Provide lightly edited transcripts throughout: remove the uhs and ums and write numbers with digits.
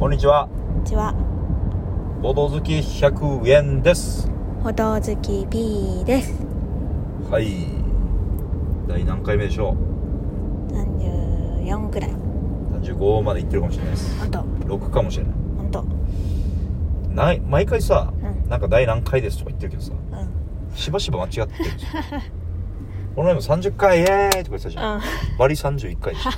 こんにちは。 こんにちは。 ボド好き100円です。 ほど好き P です。 はい。第何回目でしょう。 34くらい。 35までいってるかもしれないです。 ほんと。 6かもしれない。 ほんと。 毎回さ、 うん、 なんか第何回ですとか言ってるけどさ、しばしば間違ってるんですよ。この前も30回イエーイとか言ってたじゃん。バリ31回でした。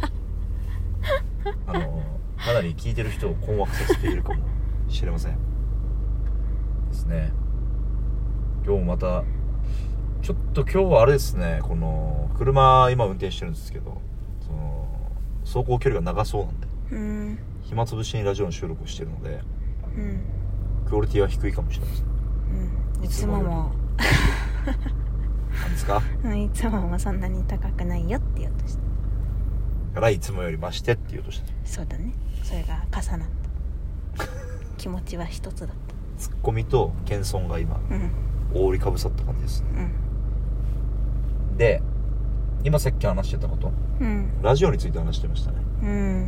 かなり聞いてる人を困惑させているかもしれませんですね。今日もまたちょっと今日はあれですね、この車今運転してるんですけど、その走行距離が長そうなんで、暇つぶしにラジオの収録をしてるので、クオリティは低いかもしれません。 いつもも何ですか？ いつももそんなに高くないよって言おうとしたからいつもより増してって言おうとした。 そうだね、それが重なった気持ちは一つだった。 ツッコミと謙遜が今、覆いかぶさった感じですね。で、今さっき話してたこと、ラジオについて話してましたね。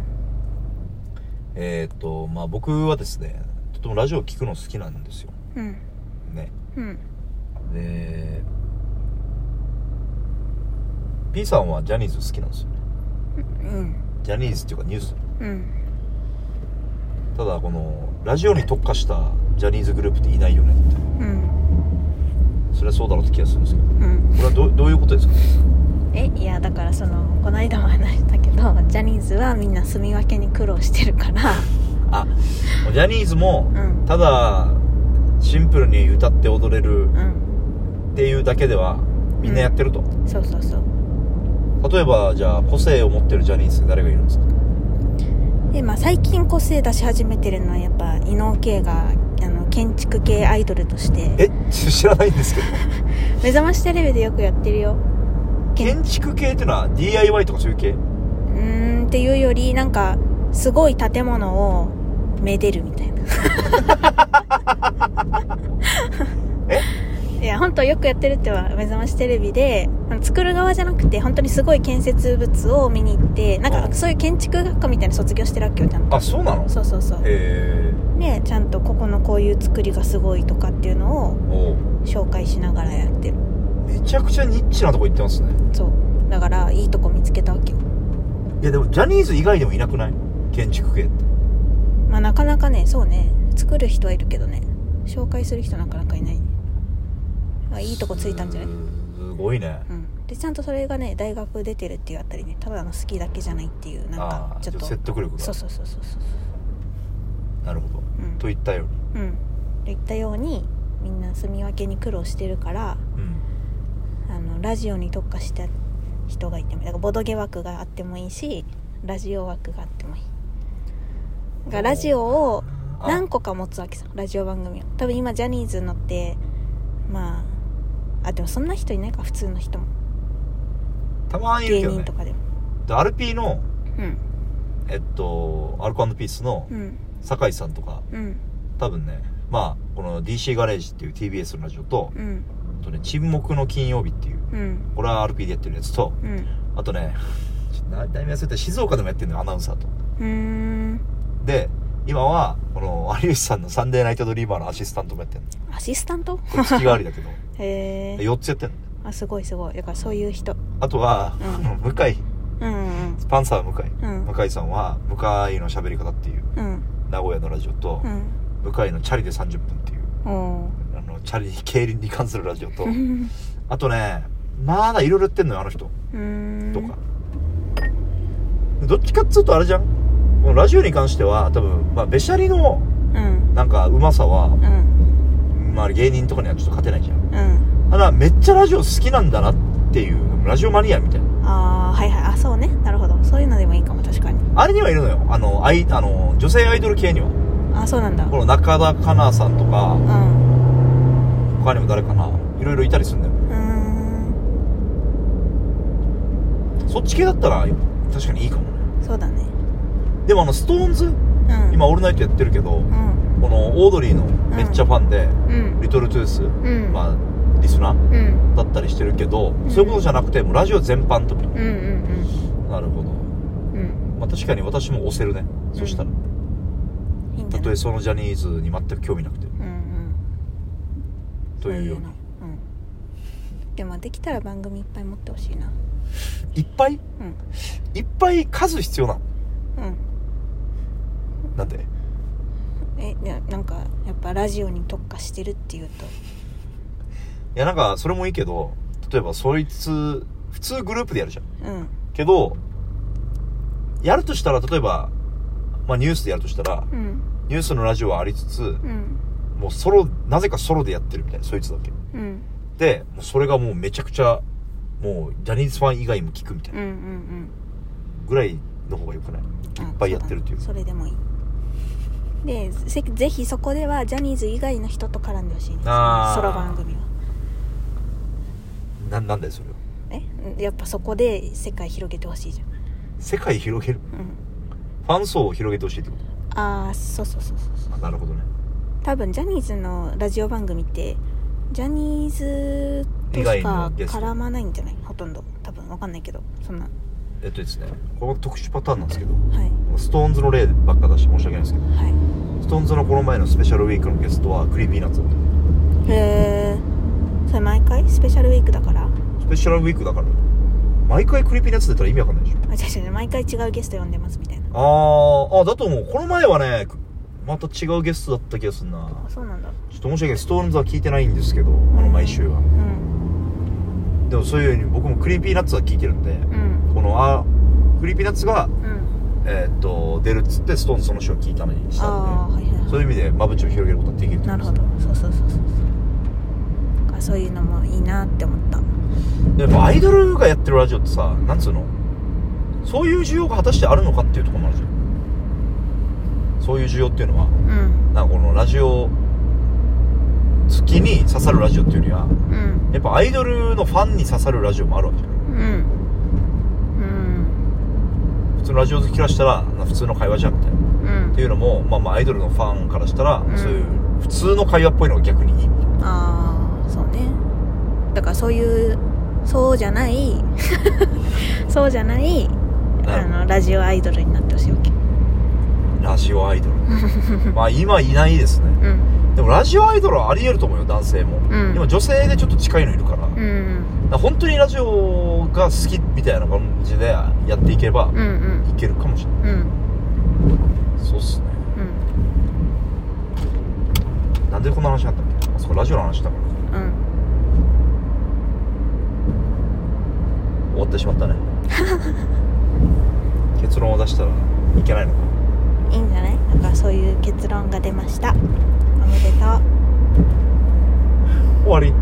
まあ僕はですね、とてもラジオ聞くの好きなんですよ。ね。で、P さんはジャニーズ好きなんですよね。ジャニーズっていうかニュース。ただこのラジオに特化したジャニーズグループっていないよねって。それはそうだろうって気がするんですけど。これはどういうことですか？ いやだからこの間も話したけど、ジャニーズはみんな住み分けに苦労してるからあ、ジャニーズも、ただシンプルに歌って踊れるっていうだけではみんなやってると、 そうそうそう。 例えばじゃあ個性を持ってるジャニーズって誰がいるんですか？ 最近個性出し始めてるのはやっぱ伊野尾慧が建築系アイドルとして知らないんですけど目覚ましテレビでよくやってるよ。 建築系っていうのは DIY とかそういう系？ っていうよりなんかすごい建物をめでるみたいな。いや本当よくやってるっては目覚ましテレビで作る側じゃなくて本当にすごい建設物を見に行って、なんかそういう建築学科みたいに卒業してるわけよ、ちゃんと。 あ、そうなの？ そうそうそう。でちゃんとここのこういう作りがすごいとかっていうのを紹介しながらやってる。 めちゃくちゃニッチなとこ行ってますね。 そうだからいいとこ見つけたわけよ。 いやでもジャニーズ以外でもいなくない？建築系って。 なかなかね、そうね、作る人はいるけどね、紹介する人なかなかいない。いいとこついたんじゃない？ すごいね。 でちゃんとそれがね大学出てるっていうあたりね、ただの好きだけじゃないっていうなんかちょっと説得力が。そうなるほど、と言ったように言ったようにみんな住み分けに苦労してるから、ラジオに特化した人がいてもいい。だからボドゲ枠があってもいいしラジオ枠があってもいい。だからラジオを何個か持つわけさ、ラジオ番組を。多分今ジャニーズのってでもそんな人いないか、普通の人もたまにいるけどね。 芸人とかでも。 で RP のアルコ&ピースの酒井さんとか、多分ね、この DC ガレージっていう TBS のラジオと、あとね沈黙の金曜日っていう、これは RP でやってるやつと、あとね題名忘れて静岡でもやってるのよ、アナウンサーと。で今はこの有吉さんのサンデーナイトドリーマーのアシスタントもやってるの。 アシスタント？ 月替わりだけど4つやってんの。 すごいすごい。だからそういう人。あとは、向井、パンサー向井、向井さんは向井の喋り方っていう、名古屋のラジオと、向井のチャリで30分っていうチャリ競輪に関するラジオとあとねまだいろいろやってんのよ、あの人とか。どっちかっつうとあれじゃん、このラジオに関しては多分べしゃりのなんかうまさは、芸人とかにはちょっと勝てないじゃん。ただめっちゃラジオ好きなんだなっていうラジオマニアみたいな。 そうね、なるほど。そういうのでもいいかも。確かにあれにはいるのよ、女性アイドル系には。 そうなんだ。 この中田香菜さんとか、他にも誰かないろいろいたりするんだよ。そっち系だったら確かにいいかもね。 そうだね。 でもストーンズ、今オールナイトやってるけど、このオードリーのめっちゃファンで、リトルトゥース、リスナー、だったりしてるけど、そういうことじゃなくてもうラジオ全般とか、なるほど、確かに私も押せるね、そしたらいいんじゃない。 たとえそのジャニーズに全く興味なくて、というような。 でもできたら番組いっぱい持ってほしいな。 いっぱい、いっぱい数必要なの。なんで？ なんかやっぱラジオに特化してるっていうと、いやなんかそれもいいけど、例えばそいつ普通グループでやるじゃん、けどやるとしたら、例えば、ニュースでやるとしたら、ニュースのラジオはありつつ、もうなぜかソロでやってるみたいな、そいつだけ、でもうそれがもうめちゃくちゃもうジャニーズファン以外も聞くみたいな、ぐらいの方がよくない？いっぱいやってるっていう。 それでもいい。でぜひそこではジャニーズ以外の人と絡んでほしいね、ソロ番組は。 なんだよそれは。 やっぱそこで世界広げてほしいじゃん。 世界広げる、ファン層を広げてほしいってこと？ そう。 なるほどね。 多分ジャニーズのラジオ番組ってジャニーズとしか絡まないんじゃない？ほとんど。多分分かんないけど、そんな。 ですね、この特殊パターンなんですけど、ストーンズの例ばっか出して申し訳ないですけど、ストーンズのこの前のスペシャルウィークのゲストはクリーピーナッツだった。 へー、それ毎回スペシャルウィークだから？ スペシャルウィークだから毎回クリーピーナッツ出たら意味わかんないでしょ。 違う、毎回違うゲスト呼んでますみたいな。 だと思う。この前はねまた違うゲストだった気がするな。 そうなんだ。 ちょっと申し訳ない、ストーンズは聞いてないんですけど、毎週は、でもそういうように僕もクリーピーナッツは聞いてるんで、このクリーピーナッツが、出るっつってストーンズその週を聞いたのにしたんで、そういう意味で間口を広げることができると思います。 なるほど。そういうのもいいなって思った。 でもアイドルがやってるラジオってさ、なんつうの、そういう需要が果たしてあるのかっていうところもあるじゃん。そういう需要っていうのは、なんかこのラジオ好きに刺さるラジオっていうよりは、やっぱアイドルのファンに刺さるラジオもあるわけじゃん。普通のラジオ好きからしたら普通の会話じゃんみたいな、っていうのも、アイドルのファンからしたら、そういう普通の会話っぽいのが逆にいいみたいな。 そうね。だからそうじゃないラジオアイドルになってほしいわけ。 ラジオアイドル今いないですね、でもラジオアイドルはあり得ると思うよ、男性も、今女性でちょっと近いのいるから、だから本当にラジオが好きみたいな感じでやっていけば、いけるかもしれない、そうっすね、なんでこんな話になったっけ？あそこラジオの話だから、終わってしまったね結論を出したらいけないのか。 いいんじゃない？だからそういう結論が出ました。おめでとう。 終わり。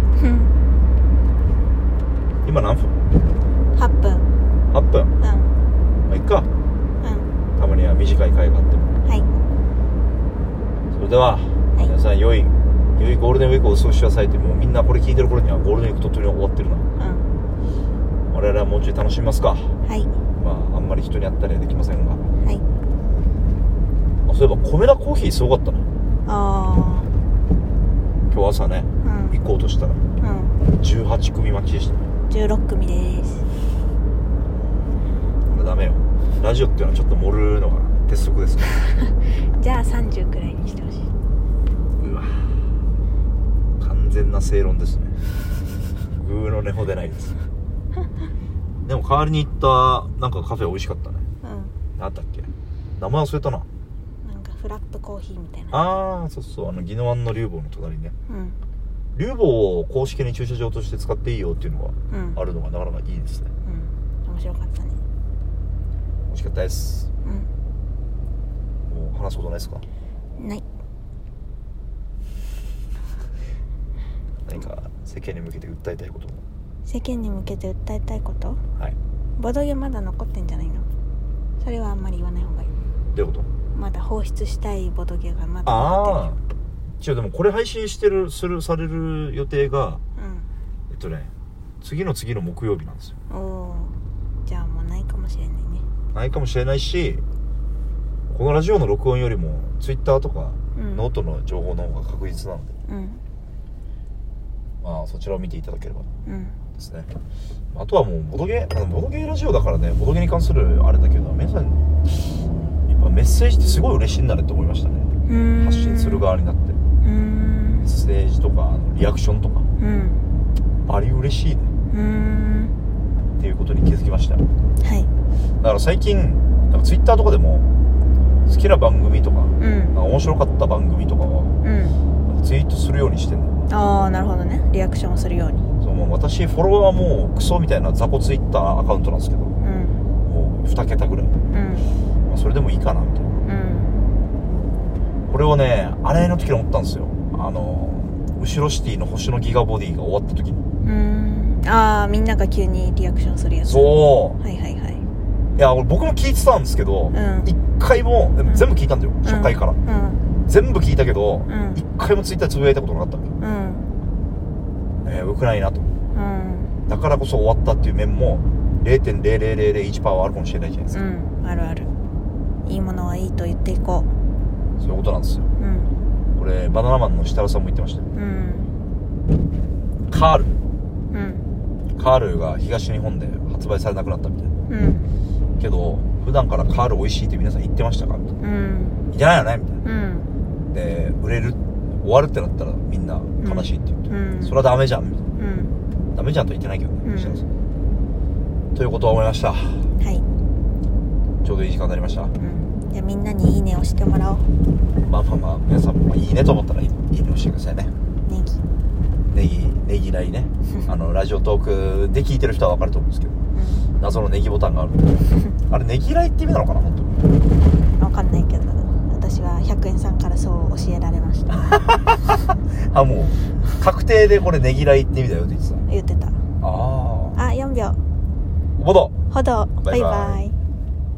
今何分 ？8分。 8分。まあいっか。たまには短い回があっても。それでは、皆さん良いゴールデンウィークをお過ごしくださいって。もうみんなこれ聞いてる頃にはゴールデンウィークとっとり終わってるな。我々はもうちょい楽しみますか。あんまり人に会ったりはできませんが。そういえばコメダコーヒーすごかったね。今日朝ね、行こうとしたら、18組待ちでしたね。 16組です。 これダメよ。ラジオっていうのはちょっと盛るのが鉄則ですからじゃあ30くらいにしてほしい。 うわ、完全な正論ですねグーの根も出ないですでも代わりに行ったなんかカフェ美味しかったね。なんだっけ、名前忘れたな。 フラップコーヒーみたいな。 そう宜野湾の竜坊の隣ね、竜坊を公式に駐車場として使っていいよっていうのがあるのがなかなかいいですね。 面白かったね。 美味しかったです。もう話すことないですか？ ない。 何か世間に向けて訴えたいことも？ 世間に向けて訴えたいこと？ボドゲまだ残ってんじゃないの？それはあんまり言わない方がいい。 どういうこと？ まだ放出したいボドゲがまだ残ってる。 でもこれ配信される予定が、次の木曜日なんですよ。 じゃあもうないかもしれないね。 ないかもしれないし、このラジオの録音よりもツイッターとか、ノートの情報の方が確実なので、そちらを見ていただければですね。あとはもうボドゲラジオだからね、ボドゲに関するあれだけど、皆さんやっぱメッセージってすごい嬉しいんだねって思いましたね。 発信する側になって、メッセージとかリアクションとか、バリ嬉しいねっていうことに気づきました。はい。だから最近なんかツイッターとかでも好きな番組とか、なんか面白かった番組とかは、なんかツイートするようにしてんの。 ああ、なるほどね。リアクションをするように。 そう、もう私フォロワーもうクソみたいな雑魚ツイッターアカウントなんですけど、もう2桁ぐらい、まあ、それでもいいかなみたいな、これをね、あれの時に思ったんですよ。後ろシティの星のギガボディが終わった時に。 ああ、みんなが急にリアクションするやつ。 そう。 はいはいはい。 いや、俺僕も聞いてたんですけど、一回も全部聞いたんだよ、初回から、全部聞いたけど、一回もツイッターでつぶやいたことなかったわけ。よくないなと、だからこそ終わったっていう面も 0.0001% はあるかもしれないじゃないですか。 あるある。いいものはいいと言っていこう。そういうことなんですよ。これバナナマンの設楽さんも言ってましたよ。カールが東日本で発売されなくなったみたいな、けど普段からカール美味しいって皆さん言ってましたかみたいな、いけないよねみたいな、で売れる終わるってなったらみんな悲しいって言って、それはダメじゃんみたいな、ダメじゃんとは言ってないけどね、設楽さんということは思いました。はい。ちょうどいい時間になりました。 じゃあみんなにいいねをしてもらおう。 まあ皆さんもいいねと思ったらいいねをしてくださいね。ネギライねラジオトークで聞いてる人は分かると思うんですけど、謎のネギボタンがあるあれネギライって意味なのかな本当に。 分かんないけど私は100円さんからそう教えられましたあ、もう確定でこれネギライって意味だよって言ってた。 4秒ほどバイバイ。